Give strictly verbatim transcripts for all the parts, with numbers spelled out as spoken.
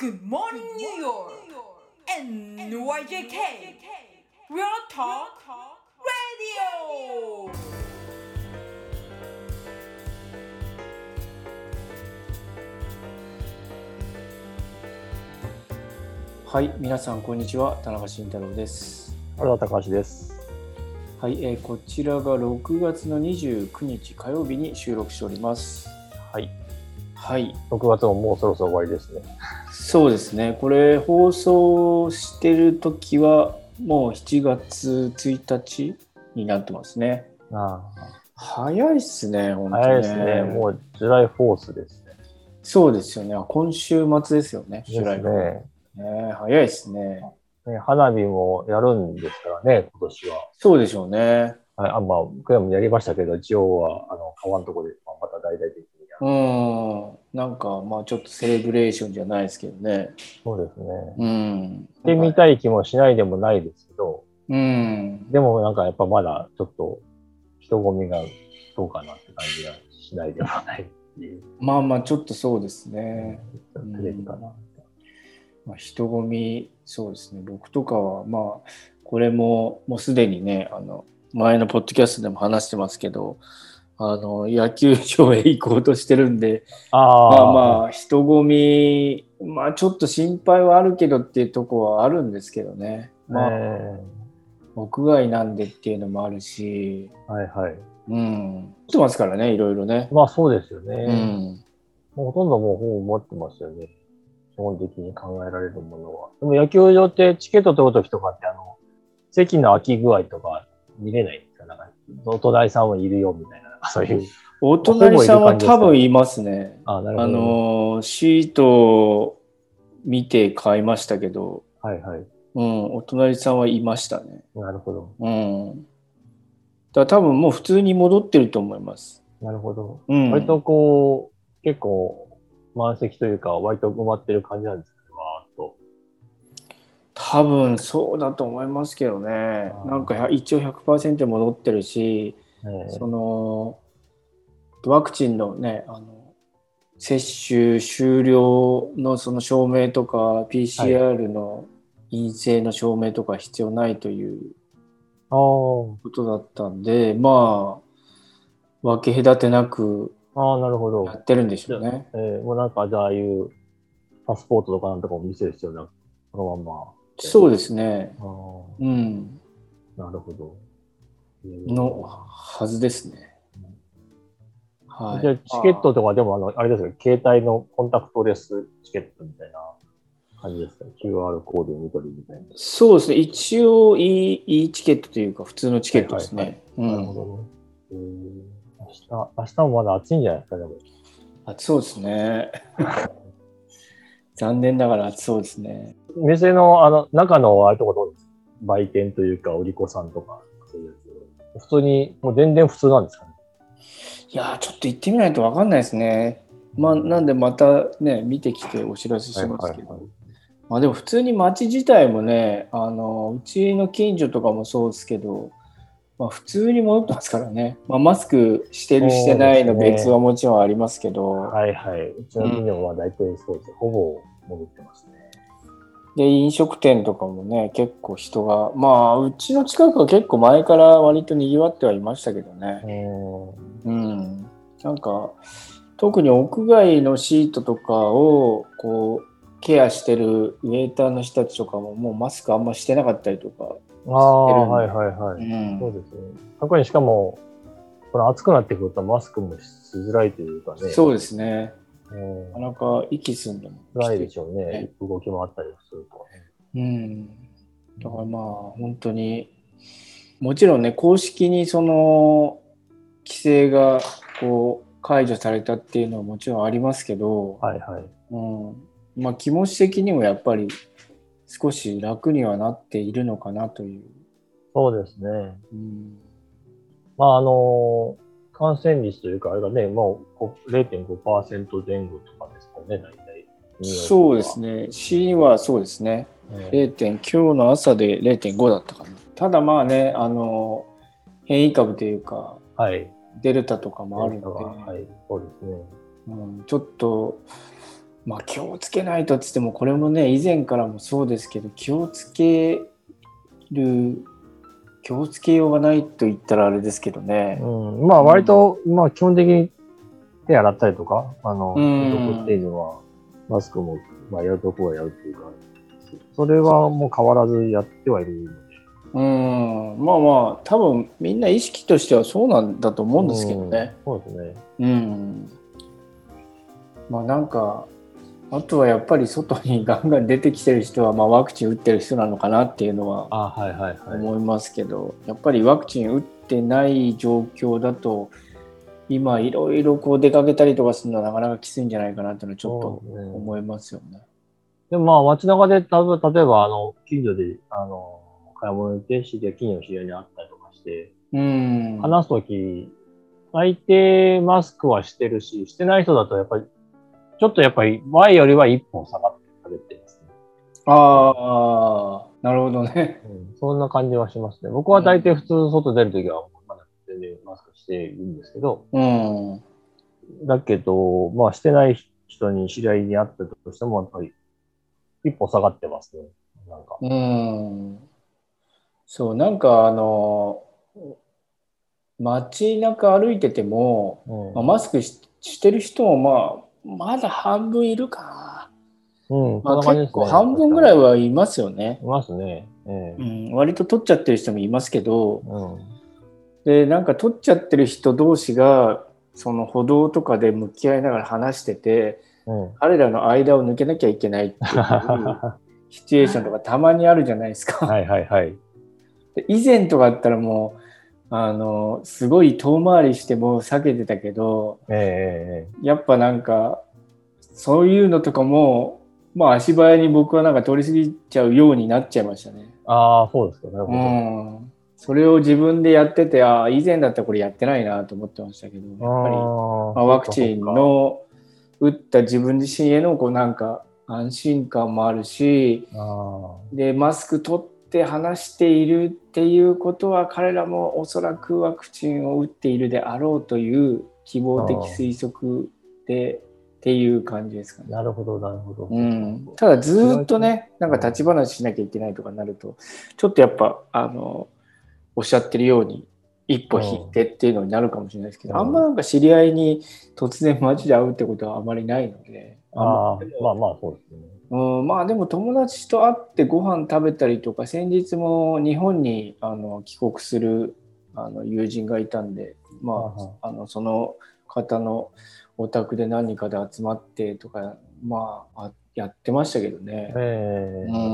Good morning, New York! エヌワイジェーケー! Real Talk Radio! はい、皆さんこんにちは。田中慎太郎です。 原田隆です。 はい、えー、こちらがろくがつのにじゅうくにち火曜日に収録しております。 はい。 はい。 ろくがつももうそろそろ終わりですね。 そうですね。これ放送してる時はもうしちがつついたちになってますね。 ああ。 早いっすね、本当に、ね。 早いですね。もうジュライフォースですね。 そうですよね。今週末ですよね。 ジュライフォース。 ね、早いですね。 ね、花火もやるんですからね、今年は。 そうでしょうね。 はい、あ、まあ、僕らもやりましたけど、一応は、あの、川のところで、また大々的にやる。 うん。なんか、まあちょっとセレブレーションじゃないですけどね。 そうですね。 うん。 で、見たい気もしないでもないですけど、 うん。 でもなんかやっぱまだちょっと人混みがどうかなって感じがしないでもないっていう。 まあまあちょっとそうですね。 テレビかな。 まあ、人混み、そうですね。僕とかは、まあ、これも、もうすでにね、あの、前のポッドキャストでも話してますけど、あの、野球場へ行こうとしてるんで、あまあまあ、人混み、まあちょっと心配はあるけどっていうところはあるんですけどね。まあ、えー、屋外なんでっていうのもあるし、 はいはい。 うん。来てますからね、いろいろね。 まあそうですよね。 うん。 もうほとんどもう本を持ってますよね。基本的に考えられるものは。でも野球場ってチケット取るときとかってあの、席の空き具合とか見れないんですか？なんか、お隣さんはいるよみたいな、そういう。 お隣さんは多分いますね。 あ、なるほど、ね。 あの、シートを見て買いましたけど、 はいはい。 うん、お隣さんはいましたね。 なるほど。 うん。だから多分もう普通に戻ってると思います。 なるほど。 うん、 割とこう、結構満席というか、割と埋まってる感じなんですかね、わーっと。 多分そうだと思いますけどね。なんか一応 ひゃくパーセント 戻ってるし、そのワクチンのね、あの接種終了のその証明とか ピーシーアール の陰性の証明とか必要ないということだったんで、あまあ分け隔てなくやってるんでしょうね。 あ、えー、もうなんかじゃあああいうパスポートとかなんとかも見せる必要なく、そのまま。 そうですね。 あうん。 なるほど。 のはずですね。 はい、じゃあチケットとかでもあのあれですよ、携帯のコンタクトレスチケットみたいな感じですか、ね、キューアール コードを見取りみたいな。 そうですね。一応いい、いいチケットというか普通のチケットですね。なるほどね。えー、明日明日もまだ暑いんじゃないですかね。 暑そうですね。残念ながら暑そうですね。 店のあの中のああいうとこどうですか？売店というか売り子さんとかそういうやつ。普通にもう全然普通なんですかね。 いやーちょっと行ってみないと分かんないですね。まあなんでまたね見てきてお知らせしますけど、はいはいはい、まあでも普通に街自体もね、あのうちの近所とかもそうですけど、まあ、普通に戻ってますからね。まあ、マスクしてるしてないの別はもちろんありますけど、 はいはい。うちの近所は大体そうです、うん、ほぼ戻ってますね。 で飲食店とかもね結構人が、まあうちの近くは結構前から割と賑わってはいましたけどね。うん、なんか特に屋外のシートとかをこうケアしてるウェイターの人たちとかももうマスクあんましてなかったりとかしてるんで。 ああ、はいはいはい、うん、そうですね。特にしかもこれ暑くなってくるとマスクもしづらいというかね。 そうですね。なかなか息すんでも辛いでしょうね、ね、動き回ったりすると。 うん、だからまあ本当にもちろんね公式にその規制がこう解除されたっていうのはもちろんありますけど、 はいはい、 うん、まあ気持ち的にもやっぱり少し楽にはなっているのかなという。 そうですね。うん、まああの感染率というかあれがねもう れいてんごパーセント 前後とかですかね大体。 そうですね。市はそうですね。れいてんきゅうの朝で れいてんご だったかな。ただまあね、あの変異株というか、はい、デルタとかもあるので、 はい、そうですね。 うん、ちょっとまあ気をつけないとっつっても、これもね、以前からもそうですけど、気をつける、気をつけようがないと言ったらあれですけどね。 うん、まあ割と、うん、まあ基本的に手洗ったりとか、あの、消毒っていうのは、マスクも、まあやるとこはやるっていうか、それはもう変わらずやってはいるので。 うん、まあまあ、多分みんな意識としてはそうなんだと思うんですけどね。 うん、そうですね。 うん。まあなんか、あとはやっぱり外にガンガン出てきてる人は、まあ、ワクチン打ってる人なのかなっていうのは思いますけど、やっぱりワクチン打ってない状況だと今いろいろこう出かけたりとかするのはなかなかきついんじゃないかなっていうのはちょっと思いますよね。 でもまあ街中で例えばあの近所であの買い物に行って知り合い、近所の知り合いに会ったりとかして、うん、話すとき大抵マスクはしてるし、してない人だとやっぱりちょっとやっぱり前よりは一歩下がって食べてますね。 ああ、なるほどね、 うん。そんな感じはしますね。僕は大抵普通外出るときはまだ全然マスクしているんですけど、うん、だけど、まあしてない人に知り合いに会ったとしてもやっぱり一歩下がってますね。なんか。 うん。そう、なんかあの、街中歩いてても、うんまあ、マスク し, してる人もまあ、まだ半分いるかな。うんまあ、結構半分ぐらいはいますよね。 いますね、えーうん。割と取っちゃってる人もいますけど、うん、で、なんか取っちゃってる人同士が、その歩道とかで向き合いながら話してて、うん、彼らの間を抜けなきゃいけないっていうシチュエーションとかたまにあるじゃないですか。 はいはいはい。 で以前とかあったらもうあのすごい遠回りしても避けてたけど、えー、やっぱなんかそういうのとかも、まあ、足早に僕はなんか通り過ぎちゃうようになっちゃいましたね。 ああ、そうですか、なるほど。 うんそれを自分でやってて、ああ、以前だったらこれやってないなと思ってましたけど、やっぱり、まあ、ワクチンの打った自分自身へのこうなんか安心感もあるし、あで、マスク取って話しているっていうことは、彼らもおそらくワクチンを打っているであろうという希望的推測で、っていう感じですかね。 なるほど、なるほど。 うん、ただずっとね、なんか立ち話しなきゃいけないとかなると、ちょっとやっぱ、あの、おっしゃってるように、一歩引いてっていうのになるかもしれないですけど、うん、あんまなんか知り合いに突然街で会うってことはあまりないので。 あまあまあそうですね。 うん、まあでも友達と会ってご飯食べたりとか、先日も日本にあの帰国するあの友人がいたんで、まあ、あのその方のお宅で何人かで集まってとか、まあ、やってましたけどね、えーうん、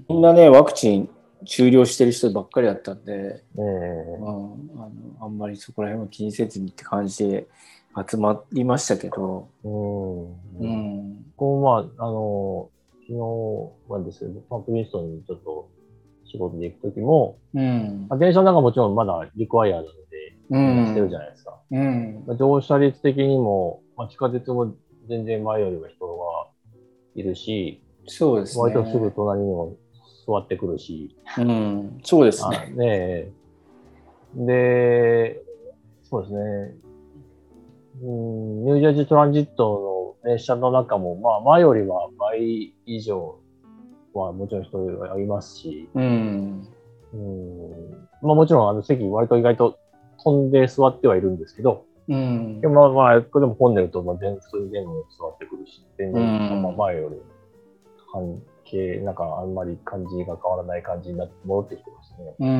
みんなねワクチン終了してる人ばっかりだったんで、えーうん、あのあんまりそこら辺は気にせずにって感じで集まりましたけど、うんうん、こうまああの昨日はですけど、まあ、プリンストンにちょっと仕事で行くときも、うんまあ、電車の中もちろんまだリクワイアなので、みんなしてるじゃないですか。うんまあ、乗車率的にも、まあ、地下鉄も全然前よりは人がいるし、 そうですね。 割とすぐ隣にも座ってくるし。 うん、そうですね。 ねで、そうですね。うん、ニュージャージートランジットの列車の中も、まあ、前よりは倍以上はもちろん人がいますし、うんうんまあ、もちろんあの席割と意外と飛んで座ってはいるんですけど、うん、でもまあ、これでも混んでると、まあ、全普通に全部座ってくるし、全然、うん、まあ前より関係、なんかあんまり感じが変わらない感じになって戻ってきてますね。 うん、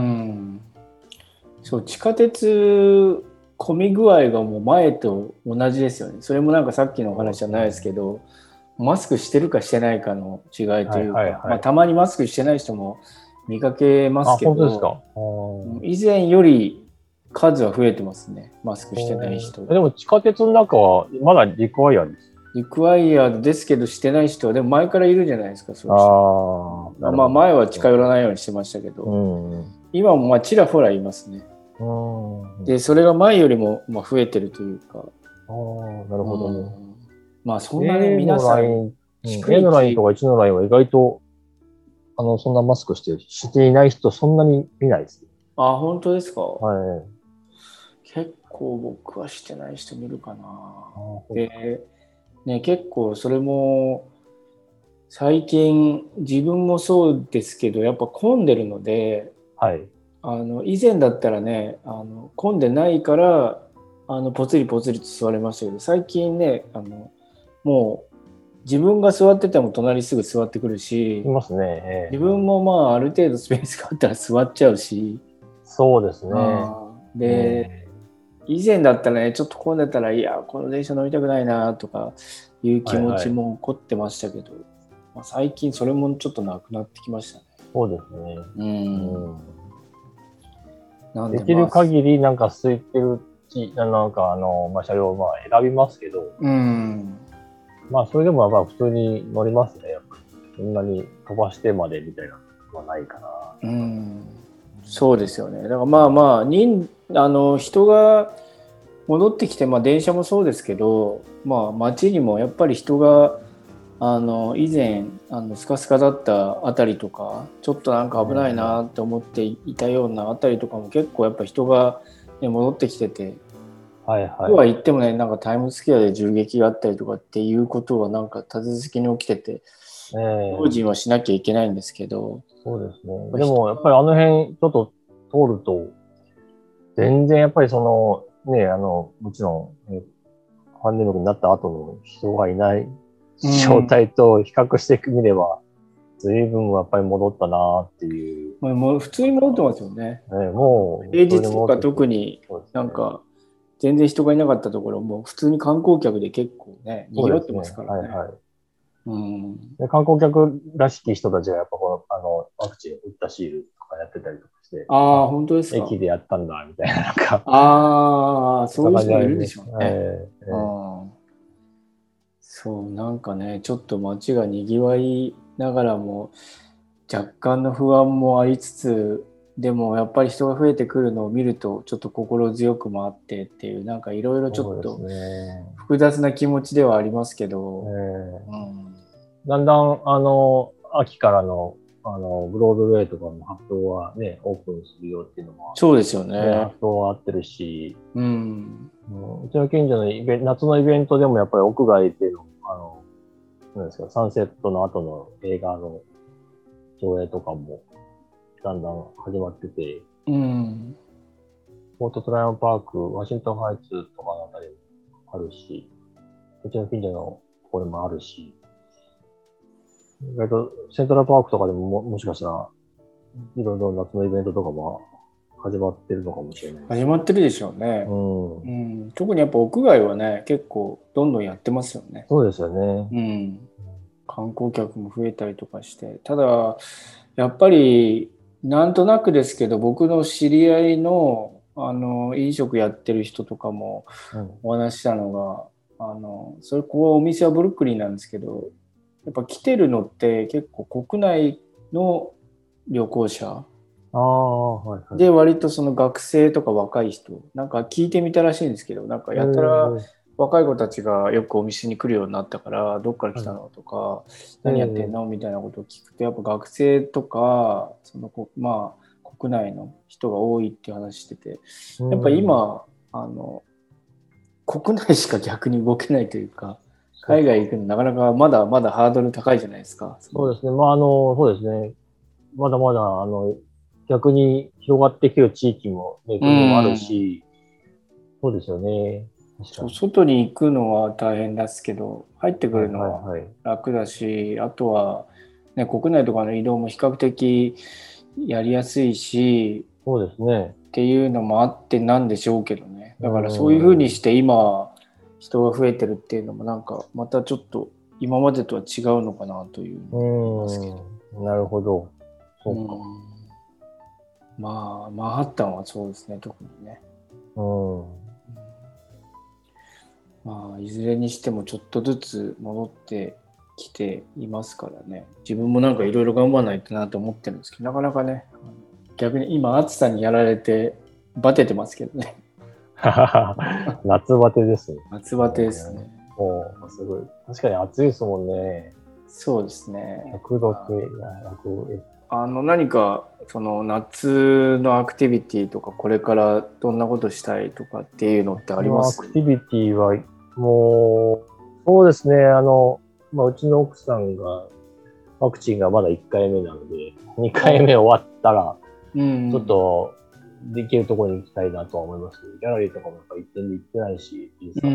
そう、地下鉄混み具合がもう前と同じですよね。それもなんかさっきのお話じゃないですけど、マスクしてるかしてないかの違いというか、はいはいはいまあ、たまにマスクしてない人も見かけますけど、 あ、本当ですか。 以前より数は増えてますね、マスクしてない人。 でも地下鉄の中はまだリクワイアです。 リクワイアですけどしてない人はでも前からいるじゃないですか、そういう人。あまあ前は近寄らないようにしてましたけど、うん、今もまあちらほらいますね。でそれが前よりもまあ増えてるというか。 あなるほどね。うん、 まあそんなね、皆さん低い A のラインとかいちのラインは意外とあのそんなマスクしてしていない人そんなに見ないです。 あ、本当ですか。 はい。 結構僕はしてない人見るかな。で、 ね、結構それも最近自分もそうですけどやっぱ混んでるので、 はい。 あの以前だったらねあの混んでないからあのポツリポツリと座れましたけど、最近ねあのもう自分が座ってても隣すぐ座ってくるし、 いますね。ええ、 自分もまあある程度スペースがあったら座っちゃうし、 そうですね。 あーで、以前だったらねちょっと混んでたらいやこの電車乗りたくないなとかいう気持ちも起こってましたけど、まあ、最近それもちょっとなくなってきましたね。 そうですね。 うん、 うんなんで、 できる限りなんか空いてるち、なんかあの、まあ、車両をまあ選びますけど、 うん、 まあそれでもまあ普通に乗りますね、やっぱり。そんなに飛ばしてまでみたいなのはないかな。 うん、そうですよね。だからまあまあ人あの人が戻ってきて、まあ、電車もそうですけど、まあ、街にもやっぱり人があの以前あのスカスカだったあたりとかちょっとなんか危ないなって思っていたようなあたりとかも結構やっぱ人が、ね、戻ってきてて、 はいはい。 とは言ってもねなんかタイムスクエアで銃撃があったりとかっていうことはなんか立て続けに起きてて、 ええ、 用心はしなきゃいけないんですけど、 そうですね。でもやっぱりあの辺ちょっと通ると、全然やっぱりその、ね、あの、もちろん、ね、パンデミックになった後の人がいない状態と比較してみれば、随分やっぱり戻ったなっていう。 まあ、もう普通に戻ってますよね。 ね、もう平日とか特になんか全然人がいなかったところも普通に観光客で結構ね賑わってますからね。 はいはい。 うん、 で観光客らしき人たちがやっぱこのあのワクチン打ったシールとかやってたりとかして、 ああ、本当ですか。 駅でやったんだみたいな、なんか。 ああ、そういう人もいるでしょうね。 えーえー、 うん、そう、なんかね、ちょっと街が賑わいながらも若干の不安もありつつ、でもやっぱり人が増えてくるのを見るとちょっと心強くもあってっていう、なんかいろいろちょっと複雑な気持ちではありますけど、 えーうん、 だんだんあの秋からのあのブロードウェイとかの発表はねオープンするよっていうのも、 そうですよね。 ね、発表は合ってるし、 うん、 うちの近所のイベ夏のイベントでもやっぱり屋外でのあのなんですかサンセットの後の映画の上映とかもだんだん始まってて、 うん、 フォートトライアンパーク、ワシントンハイツとかのあたりもあるし、うちの近所のこれもあるし、意外とセントラルパークとかでも も, もしかしたらいろいろ夏のイベントとかも始まってるのかもしれない。 始まってるでしょうね。うんうん、特にやっぱ屋外はね結構どんどんやってますよね。 そうですよね。 うん、観光客も増えたりとかして、ただやっぱりなんとなくですけど僕の知り合いのあの飲食やってる人とかもお話したのが、うん、あのそれここお店はブルックリンなんですけど、やっぱ来てるのって結構国内の旅行者あ、はいはい、 で割とその学生とか若い人なんか聞いてみたらしいんですけど、なんかやたら若い子たちがよくお店に来るようになったからどっから来たのとか、何やってんのみたいなことを聞くと、やっぱ学生とかそのまあ国内の人が多いっていう話してて、やっぱ今あの国内しか逆に動けないというか、海外行くのなかなかまだまだハードル高いじゃないですか。 そうですね。まああのそうですね。まだまだあの逆に広がってきてる地域も、ね、国もあるし、うん、そうですよね。 そう、外に行くのは大変ですけど入ってくるのは楽だし、はいはいはい、あとは、ね、国内とかの移動も比較的やりやすいし、 そうですね、 っていうのもあってなんでしょうけどね。だからそういうふうにして今人が増えてるっていうのもなんかまたちょっと今までとは違うのかなというの思いますけど。 うん、なるほど。そうか。 うん、まあマンハッタンはそうですね、特にね。 うん、 まあいずれにしてもちょっとずつ戻ってきていますからね。自分もなんかいろいろ頑張らないとなと思ってるんですけど、なかなかね、逆に今暑さにやられてバテてますけどね。 夏バテですね。 夏バテですね。 おー、すごい。確かに暑いですもんね。 そうですね。 ひゃくどって、 あの何かその夏のアクティビティとかこれからどんなことしたいとかっていうのってあります？ アクティビティはもうそうですね。あの、まあ、うちの奥さんが、ワクチンがまだいっかいめなので、にかいめ終わったら、 うん、 ちょっと、できるところに行きたいなとは思いますけど、ギャラリーとかもやっぱ一点で行ってないし、 うん、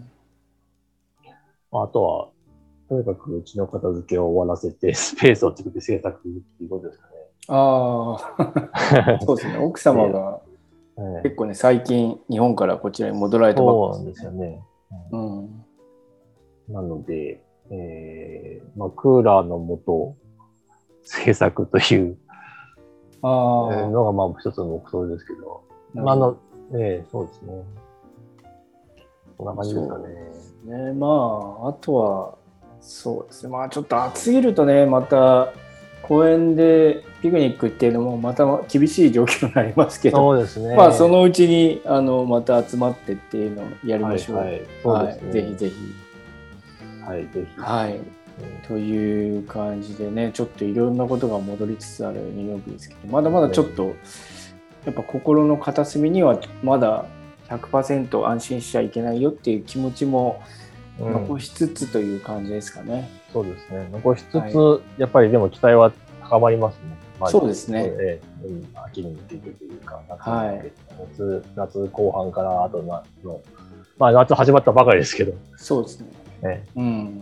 あとは、とにかくうちの片付けを終わらせて、スペースを作って制作っていうことですかね。 ああ、そうですね。奥様がええ結構ね、最近日本からこちらに戻られたばっかそうなんですよね。 うん、 なので、えーまあ、クーラーの下、制作というあのがまあ一つの目標ですけど、まあ、あの、ええそうですね。こんな感じですかね。 ね、まあ、あとは、そうですね。まあ、ちょっと暑すぎるとね、また公園でピクニックっていうのもまた厳しい状況になりますけど、 そうですね。 まあ、そのうちにあのまた集まってっていうのをやりましょう。 はい、はい、そうですね、 はい。ぜひぜひ。 はい、ぜひ。 はい。という感じでね、ちょっといろんなことが戻りつつあるニューヨークですけど、まだまだちょっと、やっぱ心の片隅にはまだひゃくパーセント 安心しちゃいけないよっていう気持ちも残しつつという感じですかね。 うん、そうですね。残しつつ、はい、やっぱりでも期待は高まりますね。 まあ、そうですね。 ええ、うん、秋に向けてというか、夏に向けて、はい、夏、夏後半からあと夏の、まあ夏始まったばかりですけど。 そうですね。 ええ、 うん。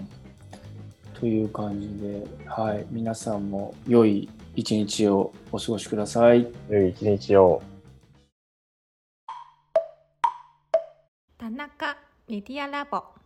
という感じで、はい、皆さんも良い一日をお過ごしください。 良い一日を。 田中メディアラボ。